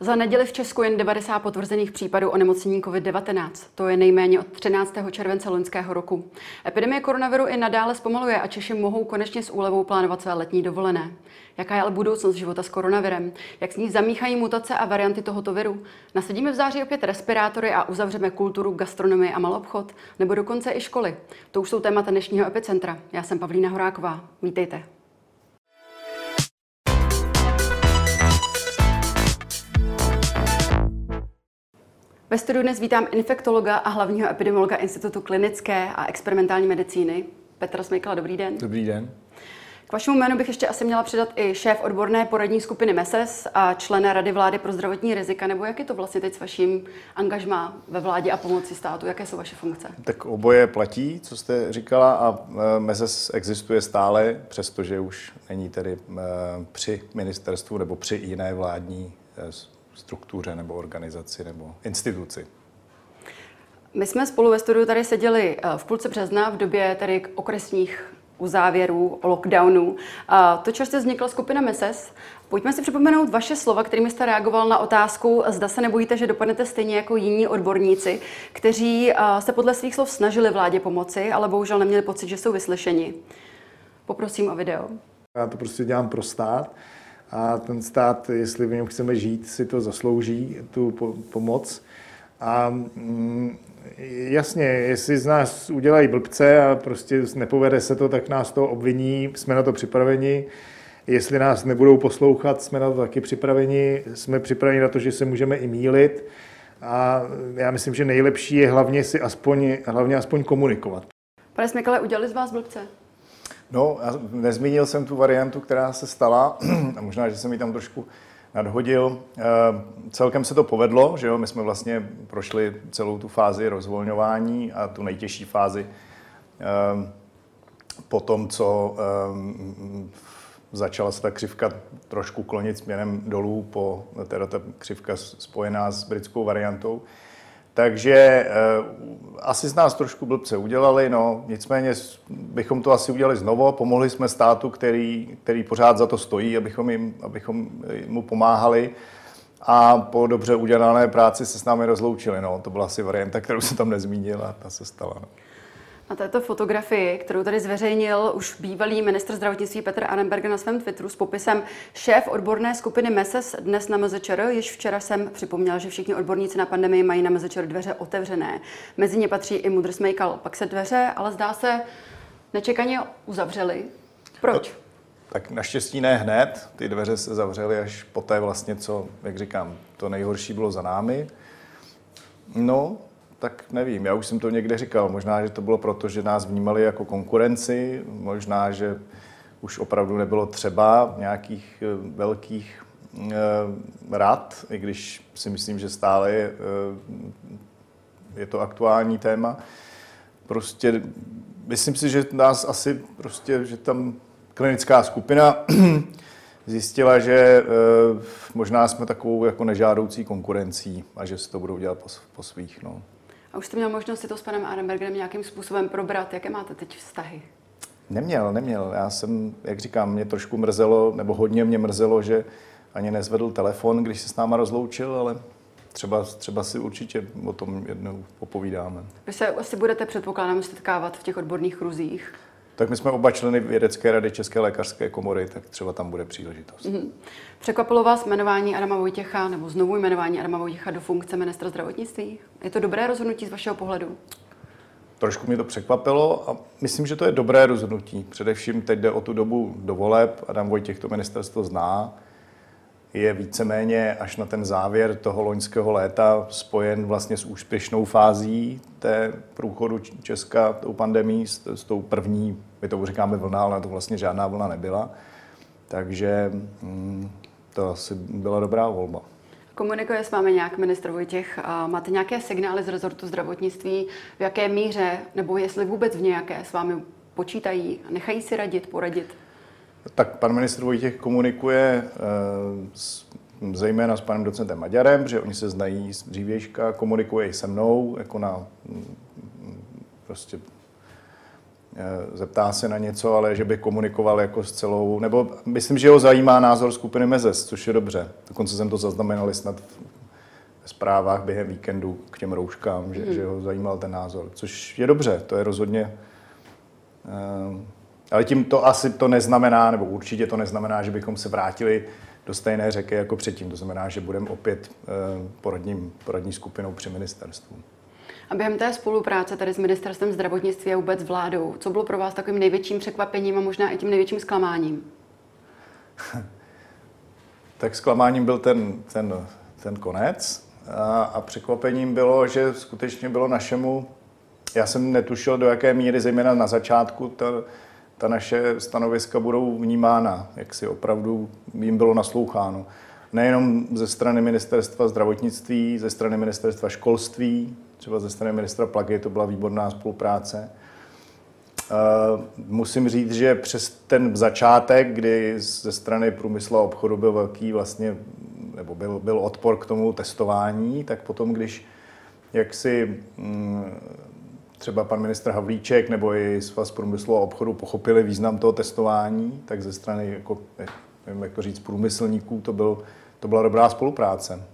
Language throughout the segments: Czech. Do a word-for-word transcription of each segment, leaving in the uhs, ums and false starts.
Za neděli v Česku jen devadesát potvrzených případů onemocnění covid devatenáct. To je nejméně od třináctého července loňského roku. Epidemie koronaviru i nadále zpomaluje a Češi mohou konečně s úlevou plánovat své letní dovolené. Jaká je ale budoucnost života s koronavirem? Jak s ní zamíchají mutace a varianty tohoto viru? Nasadíme v září opět respirátory a uzavřeme kulturu, gastronomii a maloobchod? Nebo dokonce i školy? To už jsou témata dnešního Epicentra. Já jsem Pavlína Horáková. Vítejte. Ve studiu dnes vítám infektologa a hlavního epidemiologa Institutu klinické a experimentální medicíny Petra Smejkala. Dobrý den. Dobrý den. K vašemu jménu bych ještě asi měla přidat i šéf odborné poradní skupiny M E S E S a člena Rady vlády pro zdravotní rizika, nebo jak je to vlastně teď s vaším angažmá ve vládě a pomoci státu? Jaké jsou vaše funkce? Tak oboje platí, co jste říkala, a M E S E S existuje stále, přestože už není tedy při ministerstvu nebo při jiné vládní struktuře nebo organizaci nebo instituci. My jsme spolu ve studiu tady seděli v půlce března v době tady okresních uzávěrů, lockdownu. To čerstvě vznikla skupina M E S E S. Pojďme si připomenout vaše slova, kterými jste reagoval na otázku, zda se nebojíte, že dopadnete stejně jako jiní odborníci, kteří se podle svých slov snažili vládě pomoci, ale bohužel neměli pocit, že jsou vyslyšeni. Poprosím o video. Já to prostě dělám pro stát. A ten stát, jestli v něm chceme žít, si to zaslouží, tu po- pomoc. A mm, jasně, jestli z nás udělají blbce a prostě nepovede se to, tak nás to obviní, jsme na to připraveni. Jestli nás nebudou poslouchat, jsme na to taky připraveni. Jsme připraveni na to, že se můžeme i mýlit. A já myslím, že nejlepší je hlavně si aspoň, hlavně aspoň komunikovat. Pane Smejkale, udělali z vás blbce? No, já nezmínil jsem tu variantu, která se stala, a možná, že jsem ji tam trošku nadhodil. E, celkem se to povedlo, že jo, my jsme vlastně prošli celou tu fázi rozvolňování a tu nejtěžší fázi e, po tom, co e, začala se ta křivka trošku klonit směrem dolů, po teda ta křivka spojená s britskou variantou. Takže e, asi z nás trošku blbce udělali, no, nicméně bychom to asi udělali znovu, pomohli jsme státu, který, který pořád za to stojí, abychom, jim, abychom mu pomáhali a po dobře udělané práci se s námi rozloučili, no, to byla asi varianta, kterou jsem tam nezmínil a ta se stala, no. Na této fotografii, kterou tady zveřejnil už bývalý ministr zdravotnictví Petr Arenberger na svém Twitteru s popisem šéf odborné skupiny M E S E S dnes na M Z Č R, již včera jsem připomněl, že všichni odborníci na pandemii mají na M Z Č R dveře otevřené. Mezi ně patří i Mudr Smejkal. Pak se dveře, ale zdá se, nečekaně uzavřely. Proč? Tak naštěstí ne hned. Ty dveře se zavřely až poté vlastně, co, jak říkám, to nejhorší bylo za námi. No, tak nevím, já už jsem to někde říkal. Možná, že to bylo proto, že nás vnímali jako konkurenci, možná, že už opravdu nebylo třeba nějakých velkých e, rad, i když si myslím, že stále je, e, je to aktuální téma. Prostě myslím si, že nás asi prostě, že tam klinická skupina zjistila, že e, možná jsme takovou jako nežádoucí konkurencí a že si to budou dělat po, po svých, no. A už jste měl možnost si to s panem Arenbergerem nějakým způsobem probrat. Jaké máte teď vztahy? Neměl, neměl. Já jsem, jak říkám, mě trošku mrzelo, nebo hodně mě mrzelo, že ani nezvedl telefon, když se s náma rozloučil, ale třeba, třeba si určitě o tom jednou popovídáme. Vy se asi budete, předpokládám, setkávat v těch odborných kruzích. Tak my jsme oba členy vědecké rady České lékařské komory, tak třeba tam bude příležitost. Mm-hmm. Překvapilo vás jmenování Adama Vojtěcha nebo znovu jmenování Adama Vojtěcha do funkce ministra zdravotnictví? Je to dobré rozhodnutí z vašeho pohledu? Trošku mě to překvapilo a myslím, že to je dobré rozhodnutí. Především teď jde o tu dobu do voleb. Adam Vojtěch to ministerstvo zná. Je víceméně až na ten závěr toho loňského léta spojen vlastně s úspěšnou fází té průchodu Česka tou pandemií, s, s tou první, my to říkáme vlna, ale to vlastně žádná vlna nebyla. Takže hm, to asi byla dobrá volba. Komunikuje s vámi nějak ministr Vojtěch? Máte nějaké signály z rezortu zdravotnictví, v jaké míře, nebo jestli vůbec v nějaké s vámi počítají, nechají si radit, poradit? Tak pan ministr Vojtěch komunikuje s, zejména s panem docentem Maďarem, že oni se znají z dřívějška, komunikuje i se mnou, jako na prostě zeptá se na něco, ale že by komunikoval jako s celou, nebo myslím, že ho zajímá názor skupiny Mezes, což je dobře. Dokonce jsem to zaznamenal snad v zprávách během víkendu k těm rouškám, mm. že, že ho zajímal ten názor, což je dobře, to je rozhodně. Ale tím to asi to neznamená, nebo určitě to neznamená, že bychom se vrátili do stejné řeky jako předtím. To znamená, že budeme opět poradním, poradní skupinou při ministerstvu. A během té spolupráce tady s Ministerstvem zdravotnictví a vůbec vládou, co bylo pro vás takovým největším překvapením a možná i tím největším zklamáním? Tak zklamáním byl ten, ten, ten konec a, a překvapením bylo, že skutečně bylo našemu, já jsem netušil, do jaké míry, zejména na začátku, ta, ta naše stanoviska budou vnímána, jak si opravdu jim bylo nasloucháno. Nejenom ze strany Ministerstva zdravotnictví, ze strany Ministerstva školství, třeba ze strany ministra Plagy, to byla výborná spolupráce. Musím říct, že přes ten začátek, kdy ze strany průmyslu a obchodu byl velký vlastně, nebo byl, byl odpor k tomu testování, tak potom, když jaksi třeba pan ministr Havlíček nebo i Svaz průmyslu a obchodu pochopili význam toho testování, tak ze strany, jako, nevím, jak to říct, průmyslníků, to, byl, to byla dobrá spolupráce.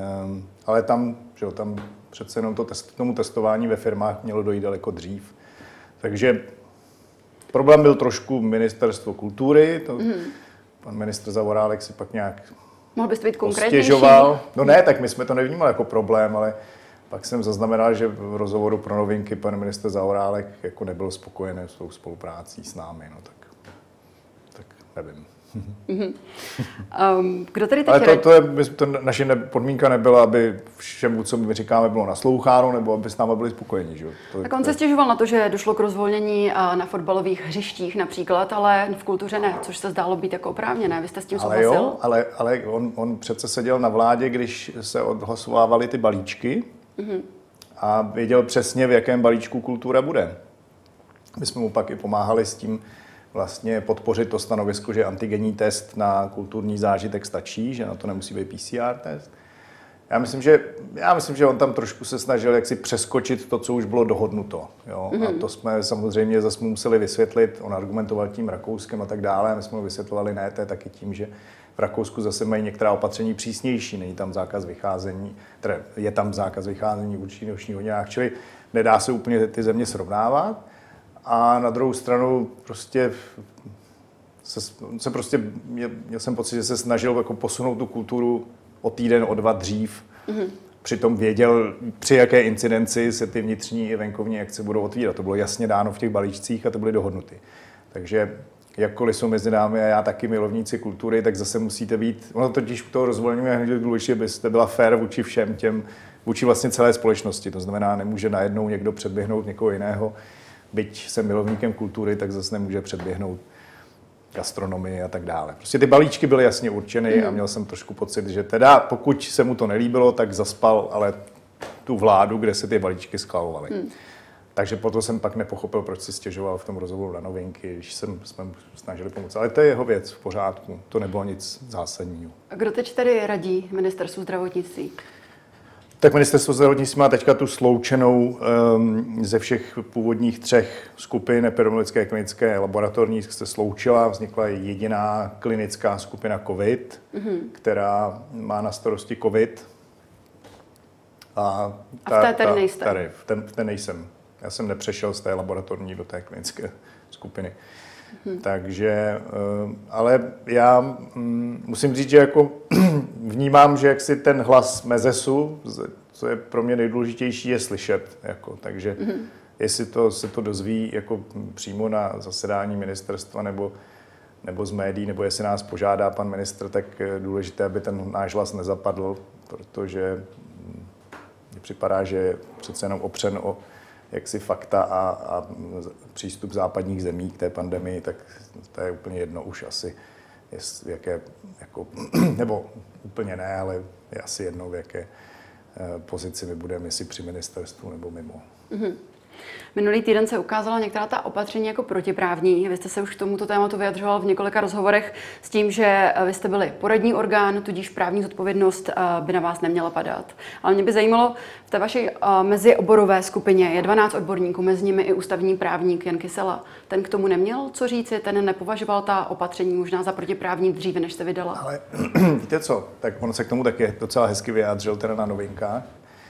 Ale tam, že jo, tam přece jenom to test, tomu testování ve firmách mělo dojít daleko dřív. Takže problém byl trošku Ministerstvo kultury, to mm. pan ministr Zaorálek si pak nějak Mohl byste být konkrétnější? Postěžoval. No ne, tak my jsme to nevnímali jako problém, ale pak jsem zaznamenal, že v rozhovoru pro Novinky pan ministr Zaorálek jako nebyl spokojený s tou spoluprácí s námi, no tak, tak nevím. Mm-hmm. Um, kdo tady teď Ale to, to, je, to naše podmínka nebyla, aby všemu, co my říkáme, bylo nasloucháno, nebo aby s námi byli spokojeni. Že? To, tak on se stěžoval na to, že došlo k rozvolnění na fotbalových hřišťích například, ale v kultuře ne, což se zdálo být jako oprávněné. Vy jste s tím souhlasil? Ale jo, ale, ale on, on přece seděl na vládě, když se odhlasovávaly ty balíčky mm-hmm. a věděl přesně, v jakém balíčku kultura bude. My jsme mu pak i pomáhali s tím, vlastně podpořit to stanovisko, že antigenní test na kulturní zážitek stačí, že na to nemusí být P C R test. Já myslím, že, já myslím, že on tam trošku se snažil jaksi přeskočit to, co už bylo dohodnuto. Jo? Mm-hmm. A to jsme samozřejmě zase museli vysvětlit, on argumentoval tím Rakouskem a tak dále, a my jsme ho vysvětlovali, ne, to je taky tím, že v Rakousku zase mají některá opatření přísnější, není tam zákaz vycházení, teda je tam zákaz vycházení v určitých nočních hodinách, čili nedá se úplně ty země srovnávat. A na druhou stranu prostě se, se prostě, měl, měl jsem pocit, že se snažil jako posunout tu kulturu o týden, o dva dřív. Mm-hmm. Přitom věděl, při jaké incidenci se ty vnitřní i venkovní akce budou otvírat. To bylo jasně dáno v těch balíčcích a to byly dohodnuty. Takže jakkoliv jsou mezi námi a já taky milovníci kultury, tak zase musíte být, ono totiž u toho rozvolňuje hned důležité, abyste byla fair vůči všem těm, vůči vlastně celé společnosti. To znamená, nemůže najednou někdo předběhnout někoho jiného. Byť jsem milovníkem kultury, tak zase nemůže předběhnout gastronomii a tak dále. Prostě ty balíčky byly jasně určeny mm. a měl jsem trošku pocit, že teda pokud se mu to nelíbilo, tak zaspal ale tu vládu, kde se ty balíčky schvalovaly. Mm. Takže proto jsem pak nepochopil, proč si stěžoval v tom rozhovoru na Novinky, když jsem, jsme snažili pomoct. Ale to je jeho věc, v pořádku. To nebylo nic zásadního. A kdo teď tedy radí Ministerstvu zdravotnictví? Tak Ministerstvo zdravotnictví má teďka tu sloučenou um, ze všech původních třech skupin, epidemiologické, klinické, laboratorní, se sloučila, vznikla jediná klinická skupina COVID, mm-hmm. která má na starosti COVID. A, ta, a v té tady nejste? Tady, v té, v té nejsem. Já jsem nepřešel z té laboratorní do té klinické skupiny. Hmm. Takže, ale já musím říct, že jako vnímám, že jaksi ten hlas Mezesu, co je pro mě nejdůležitější, je slyšet. Jako, takže hmm. jestli to, se to dozví jako přímo na zasedání ministerstva nebo, nebo z médií, nebo jestli nás požádá pan ministr, tak je důležité, aby ten náš hlas nezapadl, protože mně připadá, že je přece jenom opřen o jaksi fakta a, a přístup západních zemí k té pandemii, tak to je úplně jedno už asi, jest, v jaké, jako, nebo úplně ne, ale je asi jedno, v jaké pozici my budeme, jestli při ministerstvu nebo mimo. Mm-hmm. Minulý týden se ukázala některá ta opatření jako protiprávní. Vy jste se už k tomuto tématu vyjadřoval v několika rozhovorech s tím, že vy jste byli poradní orgán, tudíž právní zodpovědnost by na vás neměla padat. Ale mě by zajímalo, v té vaší mezioborové skupině je dvanáct odborníků, mezi nimi i ústavní právník Jan Kysela. Ten k tomu neměl co říci, ten nepovažoval ta opatření možná za protiprávní dříve, než se vydala. Ale víte co, tak on se k tomu taky docela hezky vyjádřil teda na Novinkách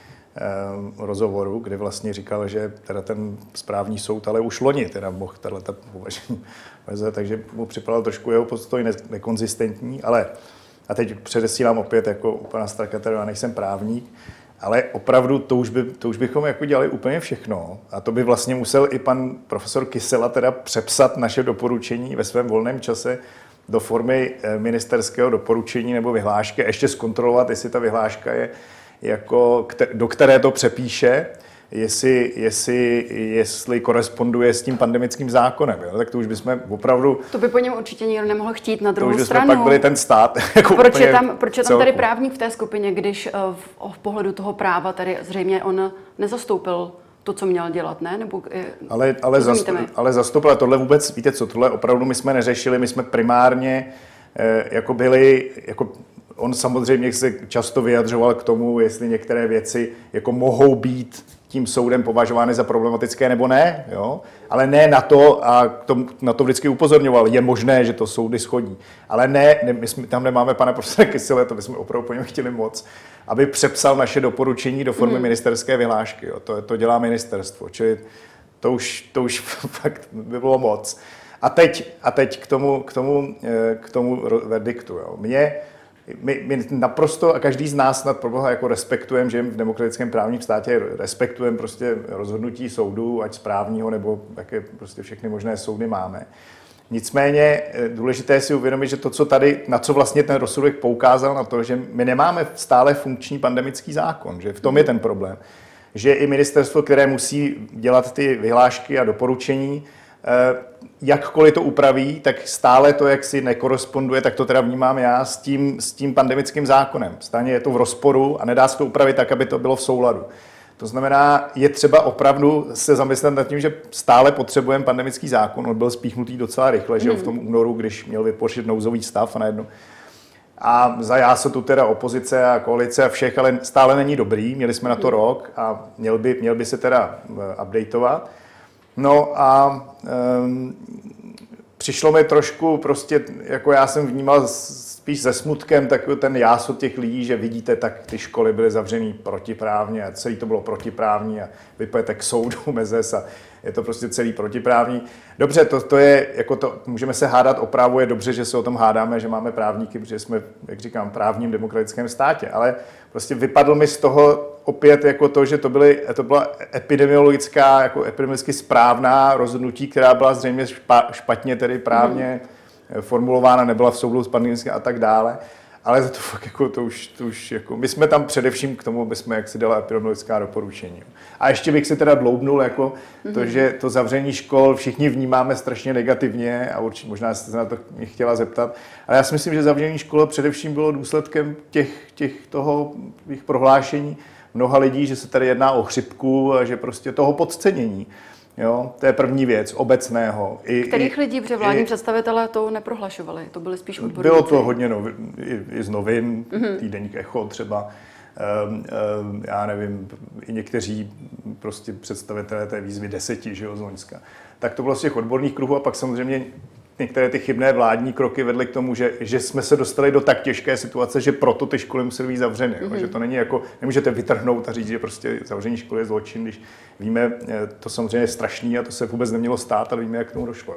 rozhovoru, kdy vlastně říkal, že teda ten správní soud, ale už loni teda mohl tato považení, takže mu připadal trošku jeho postoj nekonzistentní, ale a teď předesílám opět jako u pana Strakateru, já nejsem právník, ale opravdu to už, by, to už bychom jako dělali úplně všechno a to by vlastně musel i pan profesor Kysela teda přepsat naše doporučení ve svém volném čase do formy ministerského doporučení nebo vyhlášky a ještě zkontrolovat, jestli ta vyhláška je jako, do které to přepíše, jestli, jestli, jestli koresponduje s tím pandemickým zákonem. Jo? Tak to už bychom opravdu... To by po něm určitě nikdo nemohl chtít na druhou to už stranu. Pak byli ten stát. Jako proč, je tam, proč je tam celku. tady právník v té skupině, když v, v pohledu toho práva tady zřejmě on nezastoupil to, co měl dělat, ne? Nebo, ale, ale, zast, ale zastoupil. Tohle vůbec, víte co, tohle opravdu my jsme neřešili, my jsme primárně eh, jako byli... Jako, on samozřejmě se často vyjadřoval k tomu, jestli některé věci jako mohou být tím soudem považovány za problematické nebo ne, jo? Ale ne na to, a tom, na to vždycky upozorňoval, je možné, že to soudy shodí. Ale ne, ne my jsme, tam nemáme pana profesora Kysela, to bychom opravdu po něm chtěli moc, aby přepsal naše doporučení do formy mm. ministerské vyhlášky. Jo? To, to dělá ministerstvo, čili to už, to už fakt by bylo moc. A teď, a teď k tomu, k tomu, k tomu verdiktu. Jo? Mě My, my naprosto a každý z nás nad proboha jako respektujeme, že v demokratickém právním státě respektujeme prostě rozhodnutí soudu, ať správního nebo jaké prostě všechny možné soudy máme. Nicméně důležité je si uvědomit, že to, co tady, na co vlastně ten rozsudek poukázal, na to, že my nemáme stále funkční pandemický zákon, že v tom je ten problém. Že i ministerstvo, které musí dělat ty vyhlášky a doporučení, jakkoliv to upraví, tak stále to, jak si nekoresponduje, tak to teda vnímám já s tím, s tím pandemickým zákonem. Stále je to v rozporu a nedá se to upravit tak, aby to bylo v souladu. To znamená, je třeba opravdu se zamyslet nad tím, že stále potřebujeme pandemický zákon. On byl spíchnutý docela rychle, že v tom únoru, když měl vypočít nouzový stav a najednou. A zajá se tu teda opozice a koalice a všech, ale stále není dobrý. Měli jsme na to rok a měl by, měl by se teda updateovat. No a um, přišlo mi trošku prostě, jako já jsem vnímal spíš se smutkem takový ten jásot těch lidí, že vidíte, tak ty školy byly zavřený protiprávně a celý to bylo protiprávní a vy pojete k soudu mezes a je to prostě celý protiprávní. Dobře, to, to je, jako to, můžeme se hádat o právu, je dobře, že se o tom hádáme, že máme právníky, protože jsme, jak říkám, v právním demokratickém státě, ale prostě vypadlo mi z toho opět jako to, že to, byly, to byla epidemiologická, jako epidemiologicky správná rozhodnutí, která byla zřejmě špatně tedy právně mm. formulována, nebyla v souladu s pandemickým a tak dále. Ale za to fakt jako to už, to už jako, my jsme tam především k tomu, aby jsme jak si dala epidemiologická doporučení. A ještě bych si teda dloubnul jako mm-hmm. to, že to zavření škol všichni vnímáme strašně negativně a určitě možná jste se na to mě chtěla zeptat. Ale já si myslím, že zavření škol především bylo důsledkem těch, těch toho těch prohlášení mnoha lidí, že se tady jedná o chřipku a že prostě toho podcenění. Jo, to je první věc, obecného. I, Kterých i, lidí, protože vládní i, představitelé to neprohlašovali, to byly spíš odborníci. Bylo to hodně novin, i, i z novin, mm-hmm. týdeník Echo třeba, um, um, já nevím, i někteří prostě představitelé té výzvy deseti, že jo, z Loňska. Tak to bylo z těch odborných kruhů a pak samozřejmě některé ty chybné vládní kroky vedly k tomu, že, že jsme se dostali do tak těžké situace, že proto ty školy musely být zavřeny. Mm-hmm. Že to není jako, nemůžete vytrhnout a říct, že prostě zavření školy je zločin, když víme, to samozřejmě je strašný a to se vůbec nemělo stát, ale víme, jak k tomu došlo.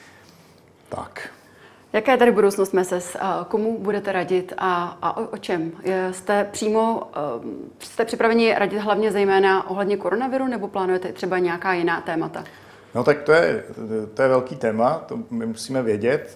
Tak. Jaká je tady budoucnost Mezes? Komu budete radit a, a o, o čem? Jste přímo, jste připraveni radit hlavně zejména ohledně koronaviru nebo plánujete třeba nějaká jiná témata? No tak to je, to je velký téma, to my musíme vědět,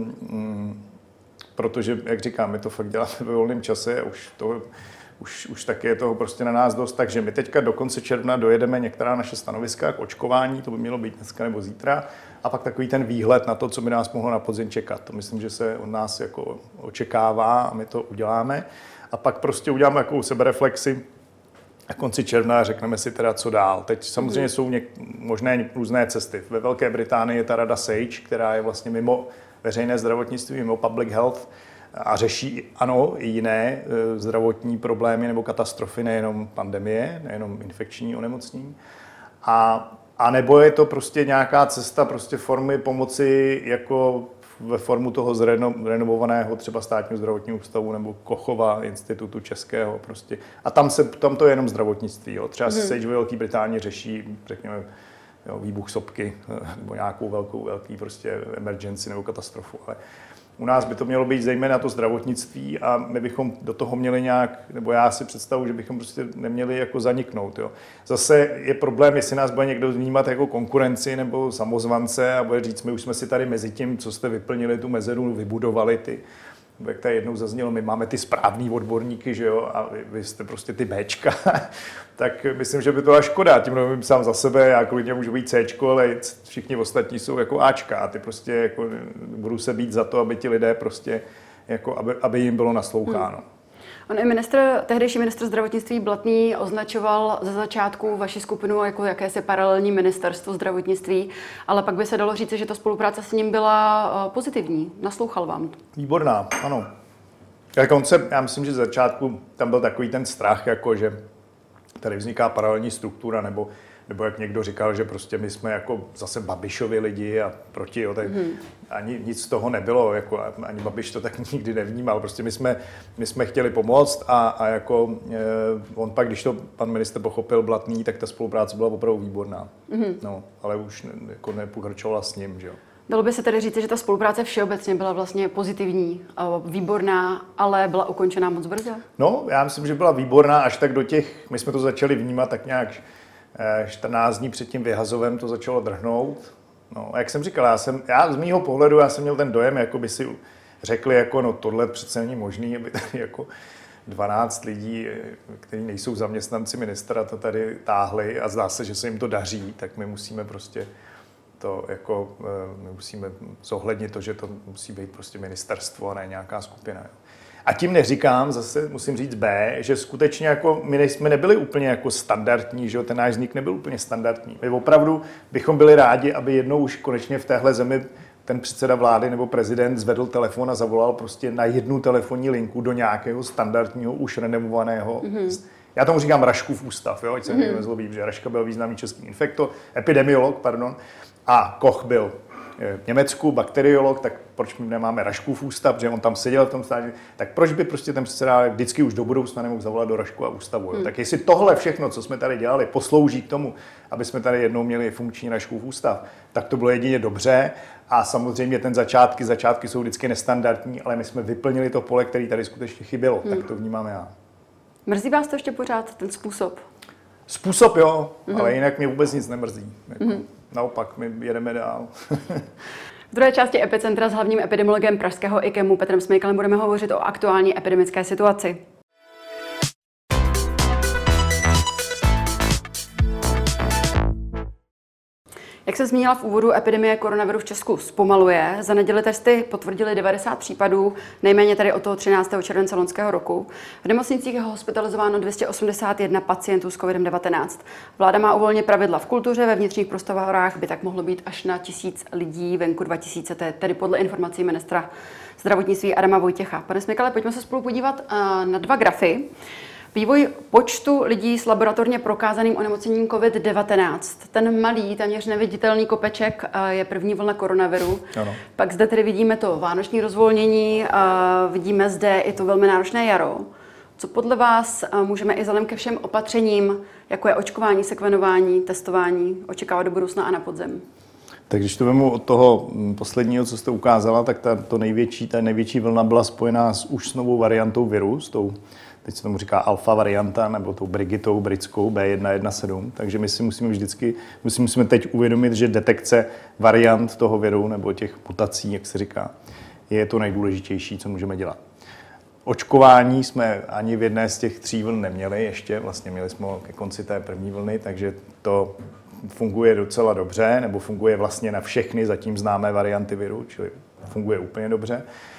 protože, jak říkám, my to fakt děláme ve volném čase, už, to, už, už taky je toho prostě na nás dost, takže my teďka do konce června dojedeme některá naše stanoviska k očkování, to by mělo být dneska nebo zítra, a pak takový ten výhled na to, co by nás mohlo na podzim čekat. To myslím, že se od nás jako očekává a my to uděláme. A pak prostě uděláme takovou sebereflexi, na konci června řekneme si teda, co dál. Teď samozřejmě jsou něk- možné různé cesty. Ve Velké Británii je ta rada S A G E, která je vlastně mimo veřejné zdravotnictví, mimo public health a řeší, ano, i jiné zdravotní problémy nebo katastrofy, nejenom pandemie, nejenom infekční onemocnění. A, a nebo je to prostě nějaká cesta prostě formy pomoci jako ve formu toho zreno, renovovaného třeba státního zdravotního ústavu nebo Kochova institutu českého prostě. A tam, se, tam to je jenom zdravotnictví. Jo. Třeba hmm. S A G E ve Velké Británii řeší, řekněme, jo, výbuch sopky nebo nějakou velkou, velký prostě emergency nebo katastrofu. Ale u nás by to mělo být zejména to zdravotnictví a my bychom do toho měli nějak, nebo já si představuji, že bychom prostě neměli jako zaniknout. Jo. Zase je problém, jestli nás bude někdo vnímat jako konkurenci nebo samozvance a bude říct, my už jsme si tady mezi tím, co jste vyplnili tu mezeru, vybudovali ty, jak tady jednou zaznělo, my máme ty správný odborníky, že jo, a vy, vy jste prostě ty Bčka, tak myslím, že by to byla škoda. Tím mluvím sám za sebe, já klidně můžu být Cčko, ale všichni ostatní jsou jako Ačka a ty prostě jako budu se být za to, aby ti lidé prostě, jako, aby, aby jim bylo nasloucháno. Hmm. On i ministr, tehdejší ministr zdravotnictví Blatný označoval ze začátku vaši skupinu jako jakési paralelní ministerstvo zdravotnictví, ale pak by se dalo říct, že ta spolupráce s ním byla pozitivní. Naslouchal vám. Výborná, ano. Jako on se, já myslím, že z začátku tam byl takový ten strach, jako že tady vzniká paralelní struktura, nebo, nebo jak někdo říkal, že prostě my jsme jako zase Babišovi lidi a proti, jo, tak hmm. ani nic z toho nebylo, jako ani Babiš to tak nikdy nevnímal, prostě my jsme, my jsme chtěli pomoct a, a jako eh, on pak, když to pan ministr pochopil Blatný, tak ta spolupráce byla opravdu výborná, hmm. no, ale už ne, jako nepokračovala s ním, že jo. Dalo by se tedy říct, že ta spolupráce všeobecně byla vlastně pozitivní, výborná, ale byla ukončená moc brzo? No, já myslím, že byla výborná až tak do těch, my jsme to začali vnímat tak nějak čtrnáct dní před tím vyhazovem to začalo drhnout. No, a jak jsem říkal, já, jsem, já z mýho pohledu já jsem měl ten dojem, jako by si řekli, jako no tohle přece není možný, aby tady jako dvanáct lidí, kteří nejsou zaměstnanci ministra, to tady táhli a zdá se, že se jim to daří, tak my musíme prostě to jako, my musíme zohlednit to, že to musí být prostě ministerstvo a ne nějaká skupina. Jo. A tím neříkám, zase musím říct B, že skutečně jako my jsme nebyli úplně jako standardní, že jo, ten náš vznik nebyl úplně standardní. My opravdu bychom byli rádi, aby jednou už konečně v téhle zemi ten předseda vlády nebo prezident zvedl telefon a zavolal prostě na jednu telefonní linku do nějakého standardního, už renomovaného, mm-hmm. já tomu říkám Raškův ústav, jo, ať se mm-hmm. nezlobí, že Raška byl významný český infekto, epidemiolog, pardon, a Koch byl v Německu, bakteriolog, tak proč my nemáme Raškův ústav, že on tam seděl v tom státě, tak proč by prostě ten předseda vždycky už do budoucna nemohl zavolat do Raškova ústavu. Hmm. Tak jestli tohle všechno, co jsme tady dělali, poslouží k tomu, aby jsme tady jednou měli funkční Raškův ústav, tak to bylo jedině dobře a samozřejmě ten začátky, začátky jsou vždycky nestandardní, ale my jsme vyplnili to pole, který tady skutečně chybělo, hmm. tak to vnímám já. Mrzí vás to ještě pořád, ten způsob? Způsob jo, hmm. ale jinak mě vůbec nic nemrzí. Jako. Hmm. Naopak, my jedeme dál. V druhé části Epicentra s hlavním epidemiologem pražského IKEMu Petrem Smejkalem budeme hovořit o aktuální epidemické situaci. Jak jsem zmínila v úvodu, epidemie koronaviru v Česku zpomaluje. Za neděli testy potvrdili devadesát případů, nejméně tady od toho třináctého července loňského roku. V nemocnicích je hospitalizováno dvě stě osmdesát jedna pacientů s COVID devatenáct. Vláda má uvolnit pravidla v kultuře, ve vnitřních prostorách by tak mohlo být až na tisíc lidí, venku dva tisíce, tedy podle informací ministra zdravotnictví Adama Vojtěcha. Pane Smykale, pojďme se spolu podívat na dva grafy. Vývoj počtu lidí s laboratorně prokázaným onemocněním COVID devatenáct. Ten malý, téměř neviditelný kopeček je první vlna koronaviru. Ano. Pak zde tedy vidíme to vánoční rozvolnění, vidíme zde i to velmi náročné jaro. Co podle vás můžeme i vzhledem ke všem opatřením, jako je očkování, sekvenování, testování, očekávat do budoucna a na podzem? Tak když to vemu od toho posledního, co jste ukázala, tak ta, to největší, ta největší vlna byla spojená s už s novou variantou viru, s tou, teď se tomu říká alfa varianta, nebo tou Brigitou britskou bé jedna jedna sedm. Takže my si musíme vždycky, musíme, musíme teď uvědomit, že detekce variant toho viru, nebo těch mutací, jak se říká, je to nejdůležitější, co můžeme dělat. Očkování jsme ani v jedné z těch tří vln neměli ještě, vlastně měli jsme ke konci té první vlny, takže to funguje docela dobře, nebo funguje vlastně na všechny zatím známé varianty viru, čili funguje úplně dobře.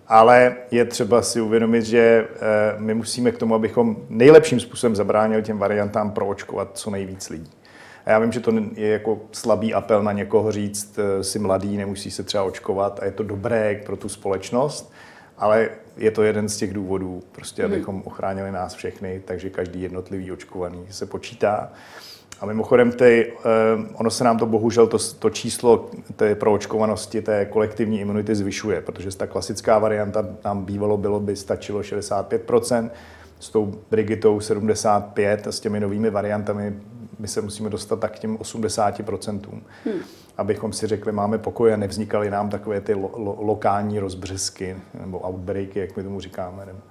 ale je třeba si uvědomit, že my musíme k tomu, abychom nejlepším způsobem zabránili těm variantám, proočkovat co nejvíc lidí. A já vím, že to je jako slabý apel na někoho říct, si mladý, nemusí se třeba očkovat a je to dobré pro tu společnost, ale je to jeden z těch důvodů, prostě abychom ochránili nás všechny, takže každý jednotlivý očkovaný se počítá. A mimochodem, ty, ono se nám to bohužel, to, to číslo té proočkovanosti, té kolektivní imunity zvyšuje, protože ta klasická varianta nám bývalo bylo, by stačilo šedesát pět procent, s tou Brigitou sedmdesát pět procent a s těmi novými variantami my se musíme dostat tak k těm osmdesáti procentům. Hmm. Abychom si řekli, máme pokoj a nevznikaly nám takové ty lo, lo, lokální rozbřesky nebo outbreaky, jak my tomu říkáme, nebo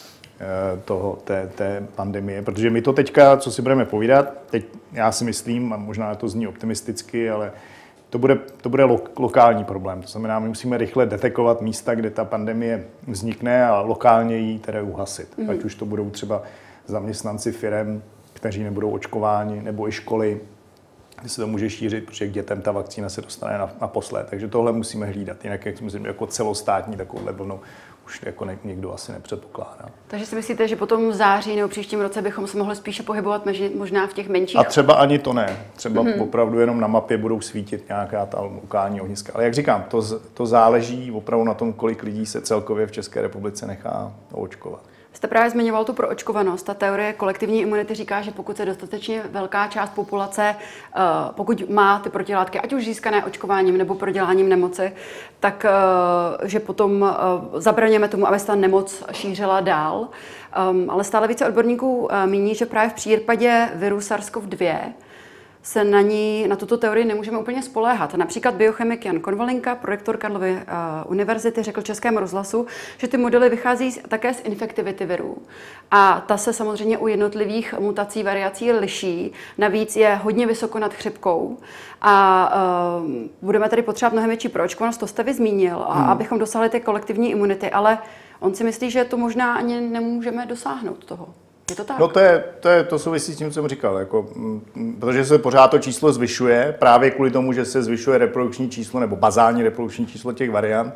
toho, té, té pandemie. Protože my to teďka, co si budeme povídat, teď já si myslím, a možná to zní optimisticky, ale to bude, to bude lo, lokální problém. To znamená, my musíme rychle detekovat místa, kde ta pandemie vznikne a lokálně ji tedy uhasit. Mm. Ať už to budou třeba zaměstnanci firem, kteří nebudou očkováni, nebo i školy, kde se to může šířit, protože k dětem ta vakcína se dostane naposled. Takže tohle musíme hlídat. Jinak, jak myslím, jako celostátní takovouhle vlnu už jako ne, někdo asi nepředpokládá. Takže si myslíte, že potom v září nebo příštím roce bychom se mohli spíše pohybovat meži, možná v těch menších? A třeba ani to ne. Třeba mm-hmm. opravdu jenom na mapě budou svítit nějaká ta lokální ohniska. Ale jak říkám, to, to záleží opravdu na tom, kolik lidí se celkově v České republice nechá očkovat. Jste právě zmiňoval tu proočkovanost. Ta teorie kolektivní imunity říká, že pokud se dostatečně velká část populace, pokud má ty protilátky, ať už získané očkováním nebo proděláním nemoci, tak že potom zabraňujeme tomu, aby se ta nemoc šířila dál. Ale stále více odborníků míní, že právě v případě viru SARS-C o V dva se na ní, na tuto teorii nemůžeme úplně spoléhat. Například biochemik Jan Konvalinka, prorektor Karlovy uh, univerzity, řekl Českému rozhlasu, že ty modely vychází také z infektivity virů. A ta se samozřejmě u jednotlivých mutací, variací liší. Navíc je hodně vysoko nad chřipkou. A uh, budeme tady potřebovat mnohem větší proočkovanost, to jste vy zmínil, a hmm. abychom dosáhli ty kolektivní imunity. Ale on si myslí, že to možná ani nemůžeme dosáhnout toho. Je to tak? No to, je, to, je, to souvisí s tím, co jsem říkal, jako, protože se pořád to číslo zvyšuje, právě kvůli tomu, že se zvyšuje reprodukční číslo nebo bazální reprodukční číslo těch variant.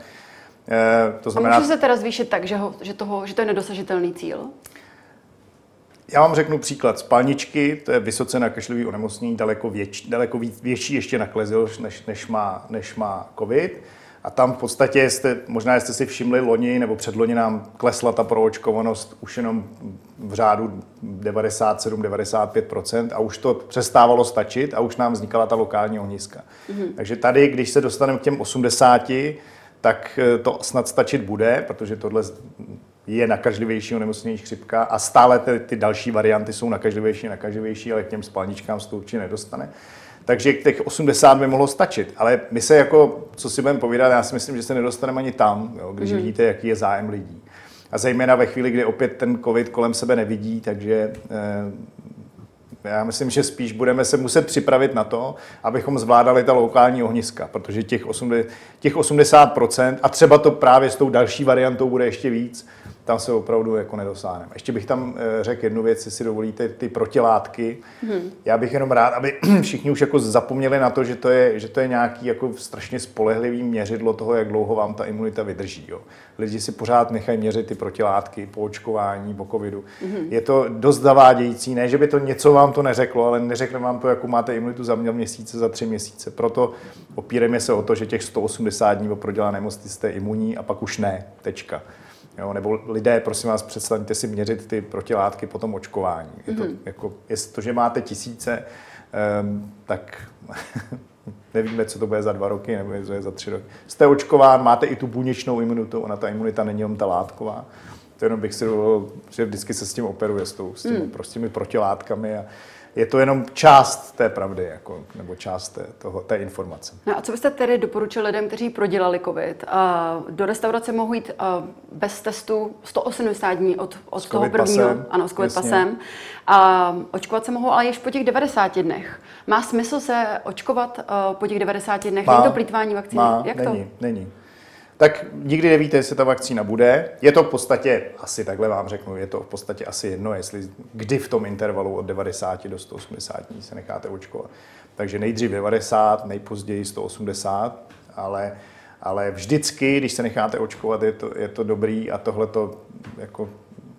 E, to znamená, a může se teda zvýšit tak, že, ho, že, toho, že to je nedosažitelný cíl? Já vám řeknu příklad. Spalničky, to je vysoce nakažlivý onemocnění, daleko, věč, daleko větší ještě naklezil, než, než, má, než má covid. A tam v podstatě jste, možná jste si všimli loni nebo předloni nám klesla ta proočkovanost už jenom v řádu devadesát sedm devadesát pět procent a už to přestávalo stačit a už nám vznikala ta lokální ohniska. Mm-hmm. Takže tady, když se dostaneme k těm osmdesáti, tak to snad stačit bude, protože tohle je nakažlivější onemocnění chřipka a stále ty, ty další varianty jsou nakažlivější a nakažlivější, ale k těm spalničkám se to určitě nedostane. Takže těch osmdesát by mohlo stačit, ale my se jako, co si budeme povídat, já si myslím, že se nedostaneme ani tam, jo, když mm. vidíte, jaký je zájem lidí. A zejména ve chvíli, kdy opět ten covid kolem sebe nevidí, takže eh, já myslím, že spíš budeme se muset připravit na to, abychom zvládali ta lokální ohniska, protože těch, osmdesát, těch osmdesát procent a třeba to právě s tou další variantou bude ještě víc, tam se opravdu jako nedosáhneme. Ještě bych tam řekl jednu věc, jestli dovolíte, ty protilátky. Hmm. Já bych jenom rád, aby všichni už jako zapomněli na to, že to je, že to je nějaký jako strašně spolehlivý měřidlo toho, jak dlouho vám ta imunita vydrží. Jo. Lidi si pořád nechají měřit ty protilátky po očkování, po covidu. Hmm. Je to dost zavádějící, ne, že by to něco vám to neřeklo, ale neřekne vám to, jakou máte imunitu za měsíce, za tři měsíce. Proto opírejme se o to, že těch sto osmdesát dní prodělané nemoci jste imunní a pak už ne, tečka. Jo, nebo lidé, prosím vás, představte si měřit ty protilátky po tom očkování. Je to, mm-hmm. jako, jest to, že máte tisíce, um, tak nevíme, co to bude za dva roky, nebo co je za tři roky. Jste očkován, máte i tu buněčnou imunitu, ona ta imunita není jenom ta látková. To jenom bych si dovolil, že vždycky se s tím operuje, s, tou, s těmi mm. prostými protilátkami. A je to jenom část té pravdy, jako, nebo část té, toho, té informace. No a co byste tedy doporučil lidem, kteří prodělali covid? Do restaurace mohou jít bez testu sto osmdesát dní od, od toho prvního, pasem, ano, s covid jasně. pasem. A očkovat se mohou ale již po těch devadesáti dnech. Má smysl se očkovat po těch devadesáti dnech? Není to plýtvání vakcíny? Má, Jak není, to? není. Tak nikdy nevíte, jestli ta vakcína bude. Je to v podstatě, asi takhle vám řeknu, je to v podstatě asi jedno, jestli kdy v tom intervalu od devadesáti do sto osmdesáti dní se necháte očkovat. Takže nejdřív devadesát, nejpozději sto osmdesát, ale Ale vždycky, když se necháte očkovat, je to, je to dobrý a tohle to jako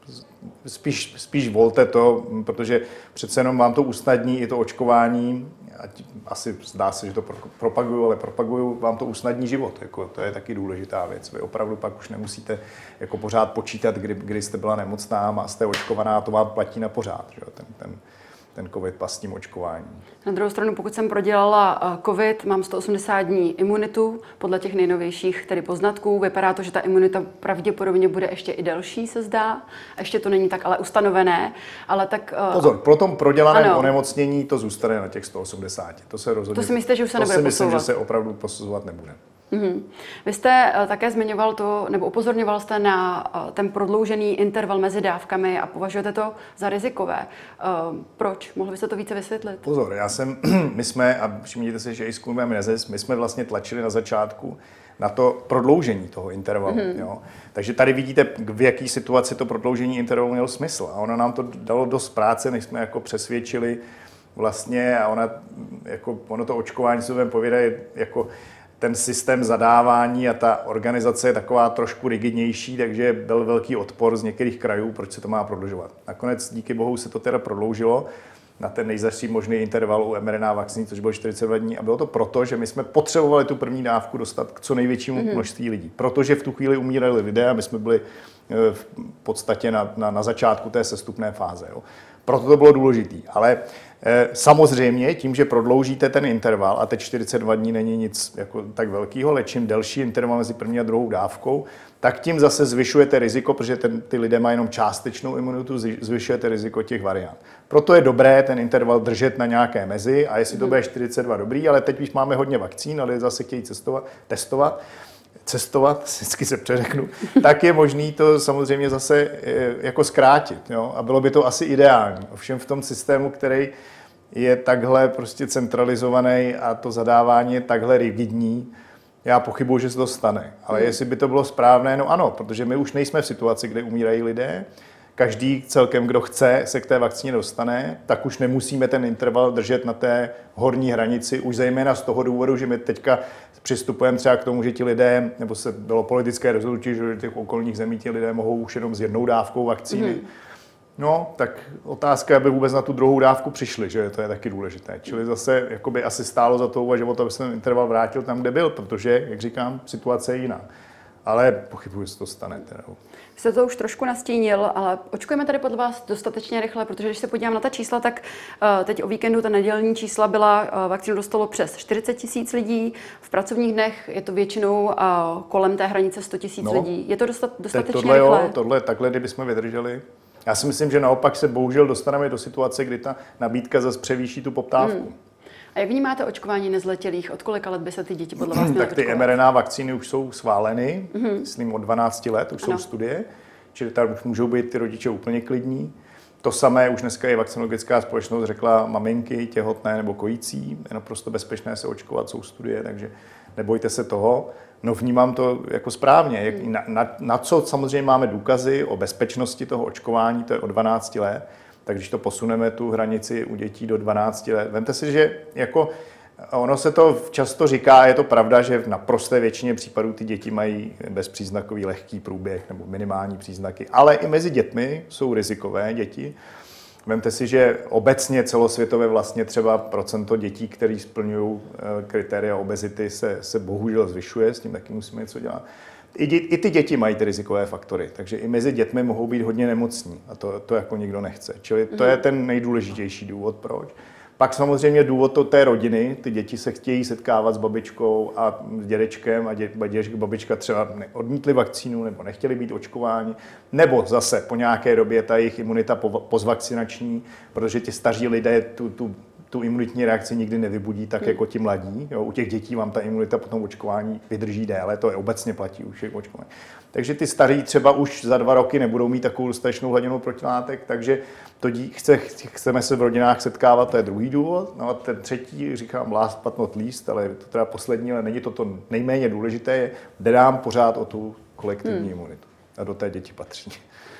spíš, spíš volte to, protože přece jenom vám to usnadní i to očkování. Ať, asi zdá se, že to propaguju, ale propaguju, vám to usnadní život. Jako, to je taky důležitá věc. Vy opravdu pak už nemusíte jako pořád počítat, kdy, kdy jste byla nemocná a jste očkovaná a to vám platí na pořád. Že? Ten, ten, ten covid pas s tím očkováním. Na druhou stranu, pokud jsem prodělala covid, mám sto osmdesát dní imunitu, podle těch nejnovějších tedy poznatků. Vypadá to, že ta imunita pravděpodobně bude ještě i delší, se zdá. Ještě to není tak ale ustanovené, ale tak... Pozor, pro tom prodělaném ano. onemocnění to zůstane na těch sto osmdesáti. To se rozhodně... To si myslíte, že už se to nebude si myslím, posouvat? že se opravdu posuzovat nebude. Mm-hmm. Vy jste uh, také zmiňoval to, nebo upozorňoval jste na uh, ten prodloužený interval mezi dávkami a považujete to za rizikové. Uh, proč? Mohli byste to více vysvětlit? Pozor, já jsem, my jsme, a všimněte si, že i s klubem Nezes, my jsme vlastně tlačili na začátku na to prodloužení toho intervalu. Mm-hmm. Jo? Takže tady vidíte, v jaký situaci to prodloužení intervalu mělo smysl. A ono nám to dalo dost práce, než jsme jako přesvědčili vlastně, a ona, jako, ono to očkování se vám povědá, jako ten systém zadávání a ta organizace je taková trošku rigidnější, takže byl velký odpor z některých krajů, proč se to má prodlužovat. Nakonec díky bohu se to teda prodloužilo na ten nejzazší možný interval u em er en á vakcíny, což bylo čtyřicet dva dní. A bylo to proto, že my jsme potřebovali tu první dávku dostat k co největšímu mm-hmm. množství lidí. Protože v tu chvíli umírali lidé a my jsme byli v podstatě na, na, na začátku té sestupné fáze. Jo. Proto to bylo důležité. Ale eh, samozřejmě tím, že prodloužíte ten interval, a teď čtyřicet dva dní není nic jako tak velkého, ale čím delší interval mezi první a druhou dávkou, tak tím zase zvyšujete riziko, protože ten, ty lidé mají jenom částečnou imunitu, zvyšujete riziko těch variant. Proto je dobré ten interval držet na nějaké mezi a jestli to bude čtyřicet dva dobrý, ale teď už máme hodně vakcín, ale zase chtějí cestovat, testovat, cestovat, vždycky se přeřeknu, tak je možný to samozřejmě zase jako zkrátit. Jo? A bylo by to asi ideální. Ovšem v tom systému, který je takhle prostě centralizovaný a to zadávání je takhle rigidní, já pochybuji, že se to stane. Ale hmm. jestli by to bylo správné, no ano, protože my už nejsme v situaci, kde umírají lidé. Každý celkem, kdo chce, se k té vakcíně dostane, tak už nemusíme ten interval držet na té horní hranici, už zejména z toho důvodu, že my teďka přistupujeme třeba k tomu, že ti lidé, nebo se bylo politické rozhodnutí, že těch okolních zemí ti lidé mohou už jenom s jednou dávkou vakcíny. Hmm. No, tak otázka, aby vůbec na tu druhou dávku přišli, že to je taky důležité. Čili zase jakoby asi stálo za to uvažovat, aby se ten interval vrátil tam, kde byl, protože, jak říkám, situace je jiná. Ale pochybuji, že to stane. Teda. Vy jste to už trošku nastínil, ale očkujeme tady podle vás dostatečně rychle, protože když se podívám na ta čísla, tak uh, teď o víkendu ta nedělní čísla byla, uh, vakcínu dostalo přes čtyřicet tisíc lidí, v pracovních dnech je to většinou uh, kolem té hranice sto tisíc no, lidí. Je to dostat, dostatečně tohle, rychle? Jo, tohle takhle, kdybychom vydrželi. Já si myslím, že naopak se bohužel dostaneme do situace, kdy ta nabídka zase převýší tu poptávku. Hmm. A jak vnímáte očkování nezletilých? Od kolika let by se ty děti podle vás měly Tak ty em er en á vakcíny už jsou schváleny, mm-hmm. myslím od dvanácti let, už ano. jsou studie, čili tam už můžou být ty rodiče úplně klidní. To samé už dneska je vakcinologická společnost řekla maminky, těhotné nebo kojící, je naprosto bezpečné se očkovat, jsou studie, takže nebojte se toho. No vnímám to jako správně. Jak, na, na, na co samozřejmě máme důkazy o bezpečnosti toho očkování, to je od dvanácti let, tak když to posuneme tu hranici u dětí do dvanácti let, vemte si, že jako ono se to často říká, je to pravda, že v naprosté většině případů ty děti mají bezpříznakový lehký průběh nebo minimální příznaky, ale i mezi dětmi jsou rizikové děti. Vemte si, že obecně celosvětově vlastně třeba procento dětí, které splňují kritéria obezity, se, se bohužel zvyšuje, s tím taky musíme něco dělat. I, dě, I ty děti mají ty rizikové faktory, takže i mezi dětmi mohou být hodně nemocní a to, to jako nikdo nechce. Čili to je ten nejdůležitější důvod, proč. Pak samozřejmě důvod to té rodiny, ty děti se chtějí setkávat s babičkou a s dědečkem a dě, babička třeba odmítli vakcínu nebo nechtěli být očkováni, nebo zase po nějaké době ta jejich imunita pozvakcinační, protože ti staří lidé tu, tu, tu imunitní reakci nikdy nevybudí tak jako ti mladí. Jo, u těch dětí vám ta imunita po tom očkování vydrží déle, to je obecně platí u všech očkování. Takže ty staří třeba už za dva roky nebudou mít takovou dostatečnou hladinu protilátek, takže to dí, chce, chceme se v rodinách setkávat, to je druhý důvod. No a ten třetí, říkám last but not least, ale je to teda poslední, ale není to to nejméně důležité, je, jde nám pořád o tu kolektivní hmm. imunitu. A do té děti patří.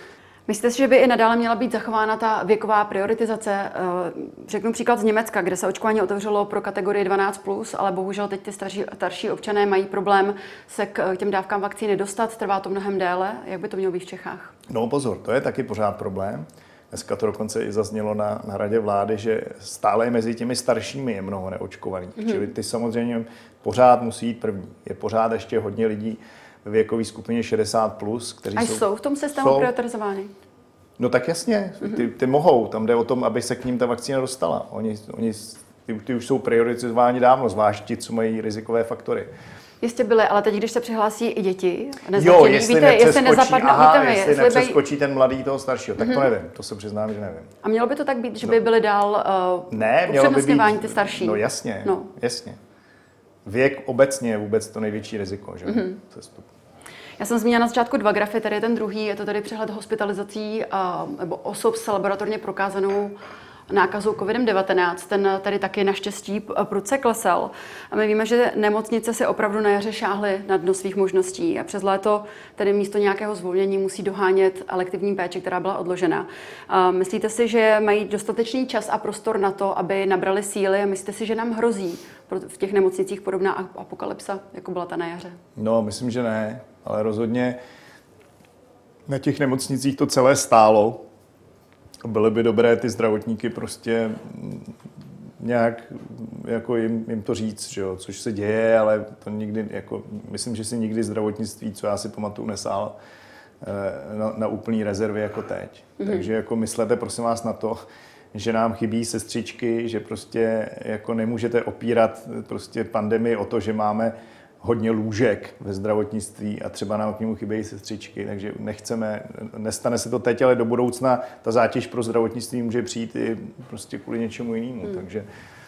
Myslíte si, že by i nadále měla být zachována ta věková prioritizace? Řeknu příklad z Německa, kde se očkování otevřelo pro kategorii dvanáct plus, ale bohužel teď ty starší, starší občané mají problém se k těm dávkám vakcíny dostat, trvá to mnohem déle. Jak by to mělo být v Čechách? No pozor, to je taky pořád problém. Dneska to dokonce i zaznělo na, na radě vlády, že stále mezi těmi staršími je mnoho neočkovaných. Mm-hmm. Čili ty samozřejmě pořád musí jít první. Je pořád ještě hodně lidí ve věkové skupině šedesát plus, kteří A jsou... jsou v tom systému prioritizováni? No tak jasně, ty, ty mohou. Tam jde o tom, aby se k ním ta vakcína dostala. Oni, oni ty, ty už jsou prioritizováni dávno, zvlášť ti, co mají rizikové faktory. Jistě byly, ale teď, když se přihlásí i děti, jo, jestli víte, jestli nezapadnou, aha, víte, jestli jestli nepřeskočí ten mladý toho staršího, tak mm-hmm. to nevím, to se přiznám, že nevím. A mělo by to tak být, že by byly dál uh, ne, mělo by být, ty starší? No jasně, no. jasně. Věk obecně je vůbec to největší riziko, že? Mm-hmm. Já jsem zmínila na začátku dva grafy, tady je ten druhý, je to tady přehled hospitalizací uh, nebo osob s laboratorně prokázanou nákazou COVID devatenáct. Ten tady taky naštěstí prudce klesal. A my víme, že nemocnice si opravdu na jaře šáhly na dno svých možností a přes léto tedy místo nějakého zvolnění musí dohánět elektivní péči, která byla odložena. A myslíte si, že mají dostatečný čas a prostor na to, aby nabrali síly a myslíte si, že nám hrozí v těch nemocnicích podobná apokalypsa, jako byla ta na jaře? No, myslím, že ne, ale rozhodně na těch nemocnicích to celé stálo. Byly by dobré ty zdravotníky prostě nějak jako jim, jim to říct, že jo, což se děje, ale to nikdy, jako, myslím, že si nikdy zdravotnictví, co já si pamatuju, nesál na, na úplný rezervy jako teď. Mm-hmm. Takže jako myslete prosím vás na to, že nám chybí sestřičky, že prostě jako nemůžete opírat prostě pandemii o to, že máme hodně lůžek ve zdravotnictví a třeba nám k němu chybějí sestřičky, takže nechceme, nestane se to teď, ale do budoucna ta zátěž pro zdravotnictví může přijít i prostě kvůli něčemu jinému, hmm. takže,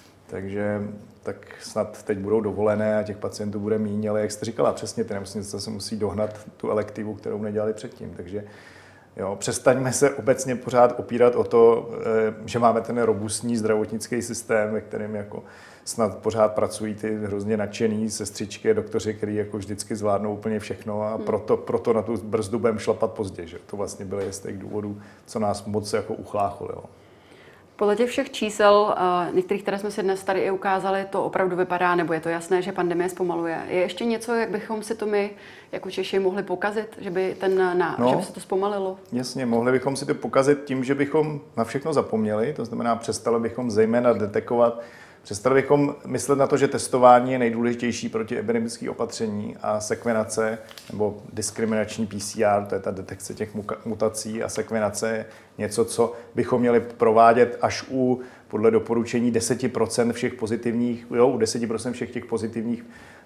takže tak snad teď budou dovolené a těch pacientů bude méně, ale jak jste říkala, přesně ty nemocnice se musí dohnat tu elektivu, kterou nedělali předtím, takže jo, přestaňme se obecně pořád opírat o to, že máme ten robustní zdravotnický systém, ve kterém jako snad pořád pracují ty hrozně nadšený sestřičky, doktoři, kteří jako vždycky zvládnou úplně všechno a proto, proto na tu brzdu budeme šlapat pozdě. Že? To vlastně byly z těch důvodů, co nás moc jako uchlácholilo. Podle těch všech čísel, některých, které jsme si dnes tady i ukázali, to opravdu vypadá, nebo je to jasné, že pandemie zpomaluje. Je ještě něco, jak bychom si to my jako Češi mohli pokazit, že by, ten, na, no, že by se to zpomalilo? Jasně, mohli bychom si to pokazit tím, že bychom na všechno zapomněli, to znamená, přestali bychom zejména detekovat, přestali bychom myslet na to, že testování je nejdůležitější proti epidemických opatření a sekvenace nebo diskriminační P C R, to je ta detekce těch mutací a sekvenace je něco, co bychom měli provádět až u, podle doporučení deset procent všech pozitivních, jo, u deset procent všech těch pozitivních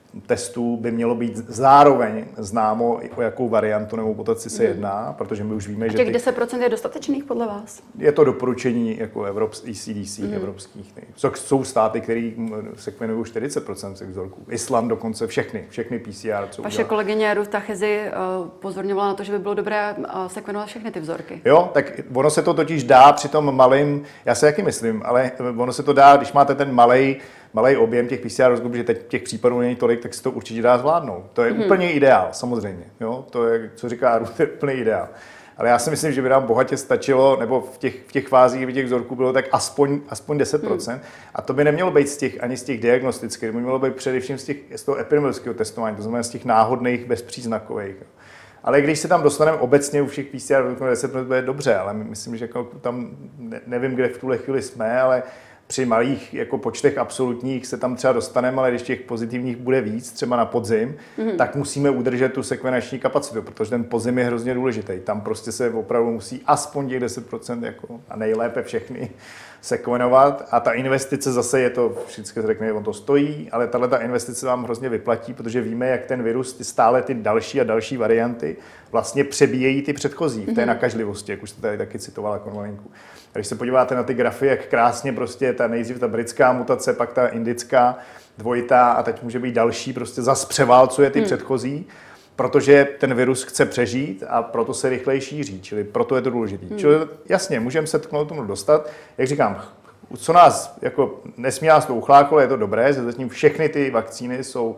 testů by mělo být zároveň známo, o jakou variantu nebo mutaci se jedná, protože my už víme, a že těch deset procent je dostatečných podle vás? Je to doporučení jako Evropský, E C D C, mm. evropských. Jsou státy, které sekvenují čtyřicet procent těch vzorků. Island dokonce všechny, všechny P C R. Co Vaše udělá. kolegyně Ruta Chezi uh, pozorňovala na to, že by bylo dobré uh, sekvenovat všechny ty vzorky. Jo, tak ono se to totiž dá při tom malým, já si taky myslím, ale ono se to dá, když máte ten malej malý objem těch P C R rozkupů, že teď těch případů není tolik, tak se to určitě dá zvládnout. To je mm. úplně ideál, samozřejmě. Jo? To je, co říká Ruth, je úplně ideál. Ale já si myslím, že by nám bohatě stačilo, nebo v těch, v těch fázích, kdy těch vzorků bylo tak aspoň, aspoň deset procent. Hmm. A to by nemělo být z těch, ani z těch diagnostických, to by mělo být především z, těch, z toho epidemiologického testování, to znamená z těch náhodných, bezpříznakových. Ale když se tam dostaneme obecně u všech P C R, deset procent bude dobře, ale myslím, že jako tam ne, nevím, kde v tuhle chvíli jsme, ale při malých jako počtech absolutních se tam třeba dostaneme, ale když těch pozitivních bude víc, třeba na podzim, mm-hmm. tak musíme udržet tu sekvenační kapacitu, protože ten podzim je hrozně důležitý. Tam prostě se opravdu musí aspoň těch deset procent jako, a nejlépe všechny sekvenovat. A ta investice zase je to, vždycky se řekne, on to stojí, ale tahle ta investice vám hrozně vyplatí, protože víme, jak ten virus, ty stále ty další a další varianty vlastně přebíjejí ty předchozí v té mm-hmm. nakažlivosti, jak už jste tady taky citovala Konvalinku. Když se podíváte na ty grafy, jak krásně prostě ta nejdřív ta britská mutace, pak ta indická dvojitá a teď může být další, prostě zas převálcuje ty hmm. předchozí, protože ten virus chce přežít a proto se rychleji šíří, čili proto je to důležité. Hmm. Čili jasně, můžeme se k tomu dostat. Jak říkám, co nás, jako nesmí nás to uchláklo, je to dobré, že zatím všechny ty vakcíny jsou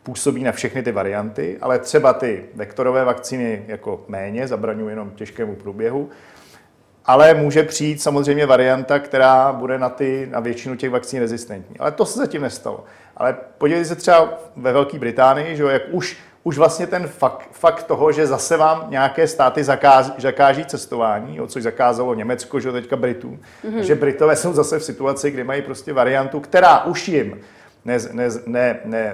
působí na všechny ty varianty, ale třeba ty vektorové vakcíny jako méně, zabraňují jenom těžkému průběhu. Ale může přijít samozřejmě varianta, která bude na, ty, na většinu těch vakcín rezistentní. Ale to se zatím nestalo. Ale podívejte se třeba ve Velké Británii, že jak už, už vlastně ten fakt, fakt toho, že zase vám nějaké státy zakáží, zakáží cestování, jo, což zakázalo Německo, že teďka Britům, mm-hmm. že Britové jsou zase v situaci, kdy mají prostě variantu, která už jim ne, ne, ne, ne,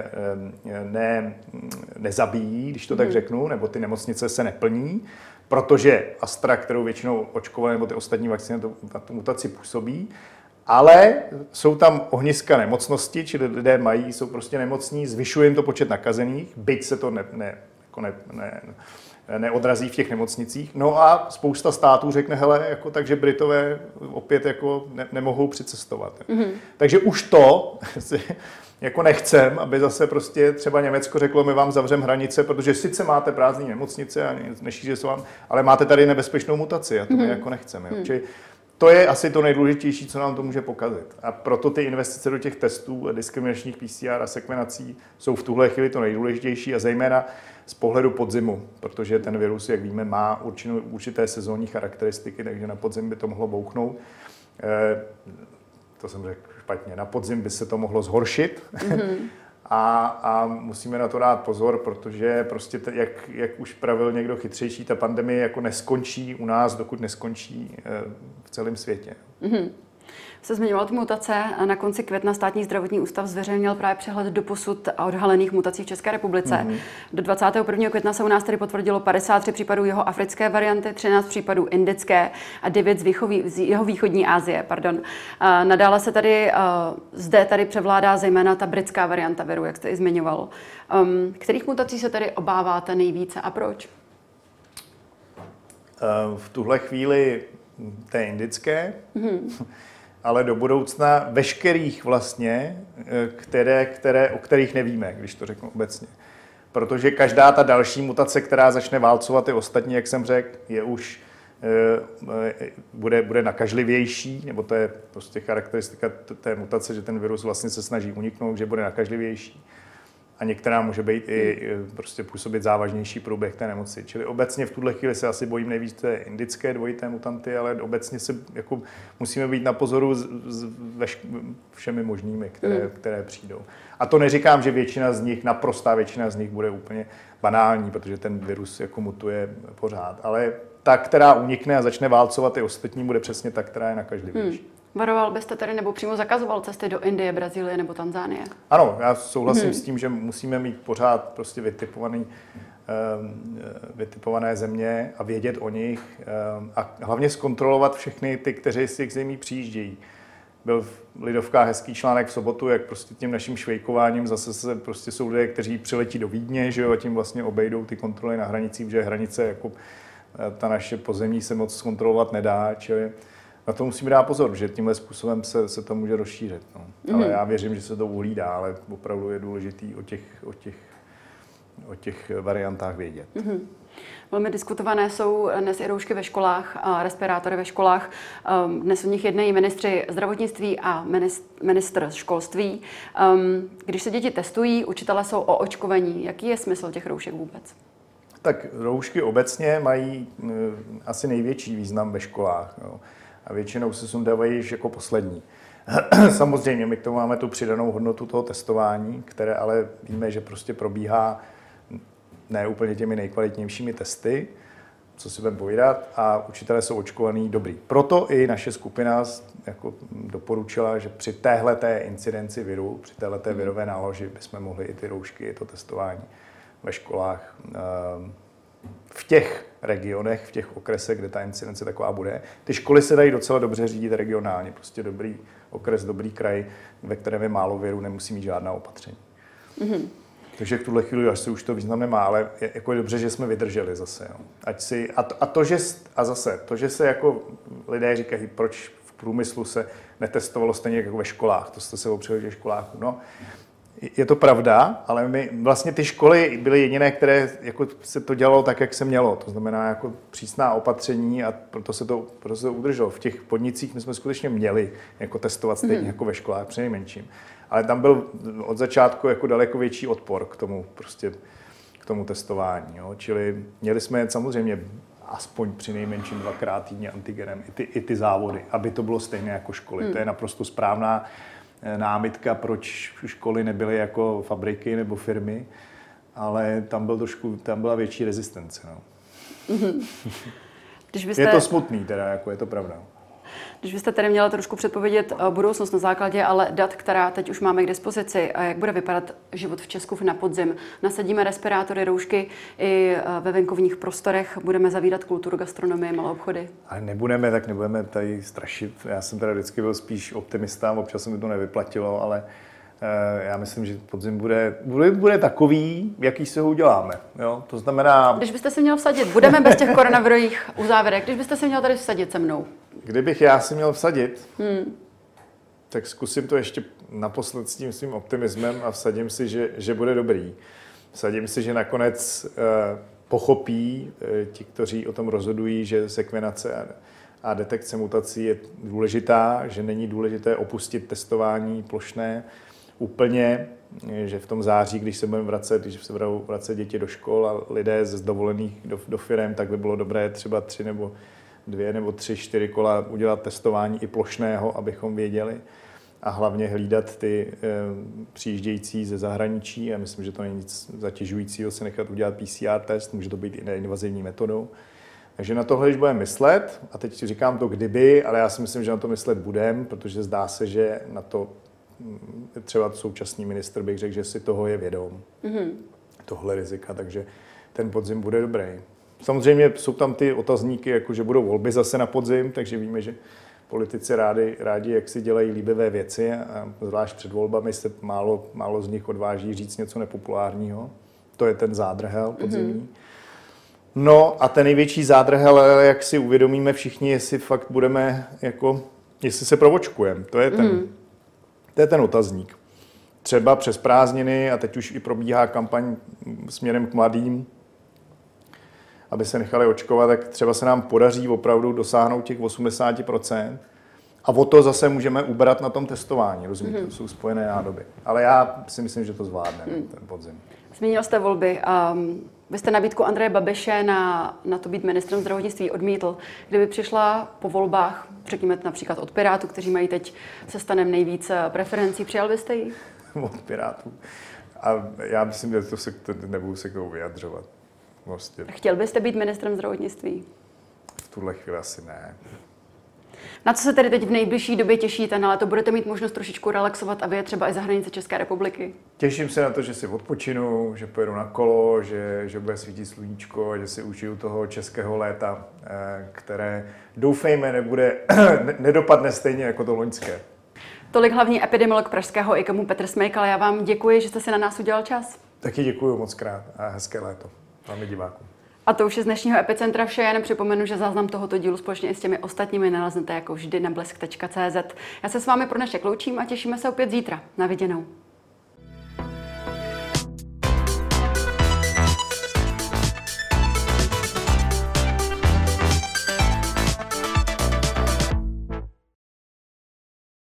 ne, nezabíjí, když to mm-hmm. tak řeknu, nebo ty nemocnice se neplní, protože Astra, kterou většinou očkované, nebo ty ostatní vakcíny na tu mutaci působí, ale jsou tam ohniska nemocnosti, čili lidé mají, jsou prostě nemocní, zvyšuje jim to počet nakazených, byť se to ne, ne, jako ne, ne, neodrazí v těch nemocnicích. No a spousta států řekne, hele, jako, takže Britové opět jako ne, nemohou přicestovat. Mm-hmm. Takže už to jako nechcem, aby zase prostě třeba Německo řeklo, my vám zavřeme hranice, protože sice máte prázdné nemocnice a nešíří se vám, ale máte tady nebezpečnou mutaci a to my mm-hmm. jako nechceme. Mm-hmm. Čili to je asi to nejdůležitější, co nám to může pokazit. A proto ty investice do těch testů, diskriminačních P C R a sekvenací jsou v tuhle chvíli to nejdůležitější a zejména z pohledu podzimu, protože ten virus, jak víme, má určité sezónní charakteristiky, takže na podzim by to mohlo bouchnout. E, to jsem řekl špatně. Na podzim by se to mohlo zhoršit. Mm-hmm. A, a musíme na to dát pozor, protože prostě, t- jak, jak už pravil někdo chytřejší, ta pandemie jako neskončí u nás, dokud neskončí v celém světě. Mm-hmm. Se zmiňoval ty mutace. Na konci května Státní zdravotní ústav zveřejnil právě přehled doposud odhalených mutací v České republice. Mm-hmm. Do dvacátého prvního května se u nás tedy potvrdilo padesát tři případů jeho africké varianty, třináct případů indické a devět z, výchový, z jeho východní Asie. Pardon. A nadále se tady, zde tady převládá zejména ta britská varianta viru, jak jste i zmiňoval. Um, kterých mutací se tedy obáváte nejvíce a proč? V tuhle chvíli té indické, mm-hmm. ale do budoucna veškerých vlastně, které, které, o kterých nevíme, když to řeknu obecně. Protože každá ta další mutace, která začne válcovat ty ostatní, jak jsem řekl, je už, bude, bude nakažlivější, nebo to je prostě charakteristika té mutace, že ten virus vlastně se snaží uniknout, že bude nakažlivější. A některá může být i prostě působit závažnější průběh té nemoci. Čili obecně v tuhle chvíli se asi bojím nejvíc té indické dvojité mutanty, ale obecně se jako musíme být na pozoru s, s veš, všemi možnými, které, mm. které přijdou. A to neříkám, že většina z nich, naprostá většina z nich bude úplně banální, protože ten virus jako mutuje pořád. Ale ta, která unikne a začne válcovat ty ostatní, bude přesně ta, která je nakažlivější. Mm. Varoval byste tady nebo přímo zakazoval cesty do Indie, Brazílie nebo Tanzánie? Ano, já souhlasím hmm. s tím, že musíme mít pořád prostě vytipovaný, vytipované země a vědět o nich a hlavně zkontrolovat všechny ty, kteří z těch zemí přijíždějí. Byl v Lidovkách hezký článek v sobotu, jak prostě tím naším švejkováním zase se prostě jsou lidé, kteří přiletí do Vídně, že jo, a tím vlastně obejdou ty kontroly na hranicích, že hranice jako ta naše pozemní se moc zkontrolovat nedá, čili na to musíme dát pozor, že tímhle způsobem se, se to může rozšířit. No. Mm-hmm. Ale já věřím, že se to uhlídá, ale opravdu je důležitý o těch, o těch, o těch variantách vědět. Mm-hmm. Velmi diskutované jsou dnes i roušky ve školách a respirátory ve školách. Dnes o nich jednají ministři zdravotnictví a ministr školství. Když se děti testují, učitelé jsou o očkovaní. Jaký je smysl těch roušek vůbec? Tak roušky obecně mají asi největší význam ve školách. Jo. A většinou se sundávají již jako poslední. Samozřejmě my k tomu máme tu přidanou hodnotu toho testování, které ale víme, že prostě probíhá ne úplně těmi nejkvalitnějšími testy, co si budeme povídat, a učitelé jsou očkovaní dobrý. Proto i naše skupina jako doporučila, že při téhleté incidenci viru, při téhleté virové náloži bychom mohli i ty roušky, i to testování ve školách v těch regionech, v těch okresech, kde ta incidence taková bude. Ty školy se dají docela dobře řídit regionálně. Prostě dobrý okres, dobrý kraj, ve kterém je málo viru, nemusí mít žádná opatření. Mm-hmm. Takže v tuhle chvíli až se už to význam nemá, ale je, jako je dobře, že jsme vydrželi zase. Jo. Ať si, a, to, a, to, že, a zase, to, že se jako lidé říkají, proč v průmyslu se netestovalo stejně jako ve školách, to jste se opřeli těch školáků. No, je to pravda, ale my, vlastně ty školy byly jediné, které jako se to dělalo tak, jak se mělo. To znamená jako přísná opatření a proto se to, proto se to udrželo. V těch podnicích my jsme skutečně měli jako testovat stejně mm. jako ve školách, přinejmenším. Ale tam byl od začátku jako daleko větší odpor k tomu, prostě, k tomu testování. Jo. Čili měli jsme samozřejmě aspoň při nejmenším dvakrát týdně antigenem i ty, i ty závody, aby to bylo stejné jako školy. Hmm. To je naprosto správná námitka, proč školy nebyly jako fabriky nebo firmy, ale tam, byl trošku, tam byla větší rezistence. No. Mm-hmm. Když byste... Je to smutný, teda, jako je to pravda. Když byste tedy měla trošku předpovědět budoucnost na základě ale dat, která teď už máme k dispozici, a jak bude vypadat život v Česku na podzim, nasadíme respirátory, roušky i ve venkovních prostorech, budeme zavírat kulturu, gastronomii, malé obchody? Ale nebudeme, tak nebudeme tady strašit. Já jsem teda vždycky byl spíš optimista, občas se mi to nevyplatilo, ale já myslím, že podzim bude, bude, bude takový, jaký si ho uděláme. Jo? To znamená... Když byste si měl vsadit, budeme bez těch koronavirových uzávěrek, když byste si měl tady vsadit se mnou? Kdybych já si měl vsadit, hmm. tak zkusím to ještě naposled s tím svým optimismem a vsadím si, že, že bude dobrý. Vsadím si, že nakonec eh, pochopí eh, ti, kteří o tom rozhodují, že sekvenace a, a detekce mutací je důležitá, že není důležité opustit testování plošné úplně, že v tom září, když se budeme vracet, když se budou vracet děti do škol a lidé ze dovolených do, do firem, tak by bylo dobré třeba tři nebo dvě nebo tři, čtyři kola udělat testování i plošného, abychom věděli a hlavně hlídat ty e, přijíždějící ze zahraničí. A myslím, že to není nic zatěžujícího se nechat udělat P C R test, může to být i neinvazivní metodou. Takže na tohle, když budeme myslet, a teď si říkám to kdyby, ale já si myslím, že na to myslet budeme, protože zdá se, že na to třeba současný ministr bych řekl, že si toho je vědom, mm-hmm. tohle rizika, takže ten podzim bude dobrý. Samozřejmě jsou tam ty otazníky, jako že budou volby zase na podzim, takže víme, že politici rádi, rádi jak si dělají líbivé věci a zvlášť před volbami se málo, málo z nich odváží říct něco nepopulárního. To je ten zádrhel podzimní. Mm-hmm. No a ten největší zádrhel, jak si uvědomíme všichni, jestli fakt budeme, jako, jestli se provočkujeme. To je ten, mm-hmm. to je ten otazník. Třeba přes prázdniny, a teď už i probíhá kampaň směrem k mladým, aby se nechali očkovat, tak třeba se nám podaří opravdu dosáhnout těch osmdesát procent a o to zase můžeme ubrat na tom testování, rozumíte, mm-hmm. to jsou spojené nádoby. Ale já si myslím, že to zvládne mm. ten podzim. Zmínil jste volby. Um, vy jste nabídku Andreje Babiše na, na to být ministrem zdravotnictví odmítl. Kdyby přišla po volbách, řekněme například od Pirátů, kteří mají teď se stanem nejvíc preferencí, přijal byste ji? Od Pirátů. A já myslím, že to se, to, nebudu se k tomu vyjadřovat. Vlastně. Chtěl byste být ministrem zdravotnictví? V tuhle chvíli asi ne. Na co se tedy teď v nejbližší době těšíte? Na léto budete mít možnost trošičku relaxovat a vyjet třeba i za hranice České republiky? Těším se na to, že si odpočinu, že pojedu na kolo, že, že bude svítit sluníčko, že si užiju toho českého léta, které doufejme nebude, nedopadne stejně jako to loňské. Tolik hlavní epidemiolog pražského I K E M U Petr Smejkal. Já vám děkuji, že jste si na nás udělal čas. Taky děkuji moc krát a hezké léto. Máme diváků. A to už je z dnešního Epicentra vše. Jen připomenu, že záznam tohoto dílu společně i s těmi ostatními naleznete jako vždy na blesk tečka cé zet. Já se s vámi pro dnešek loučím a těšíme se opět zítra. Na viděnou.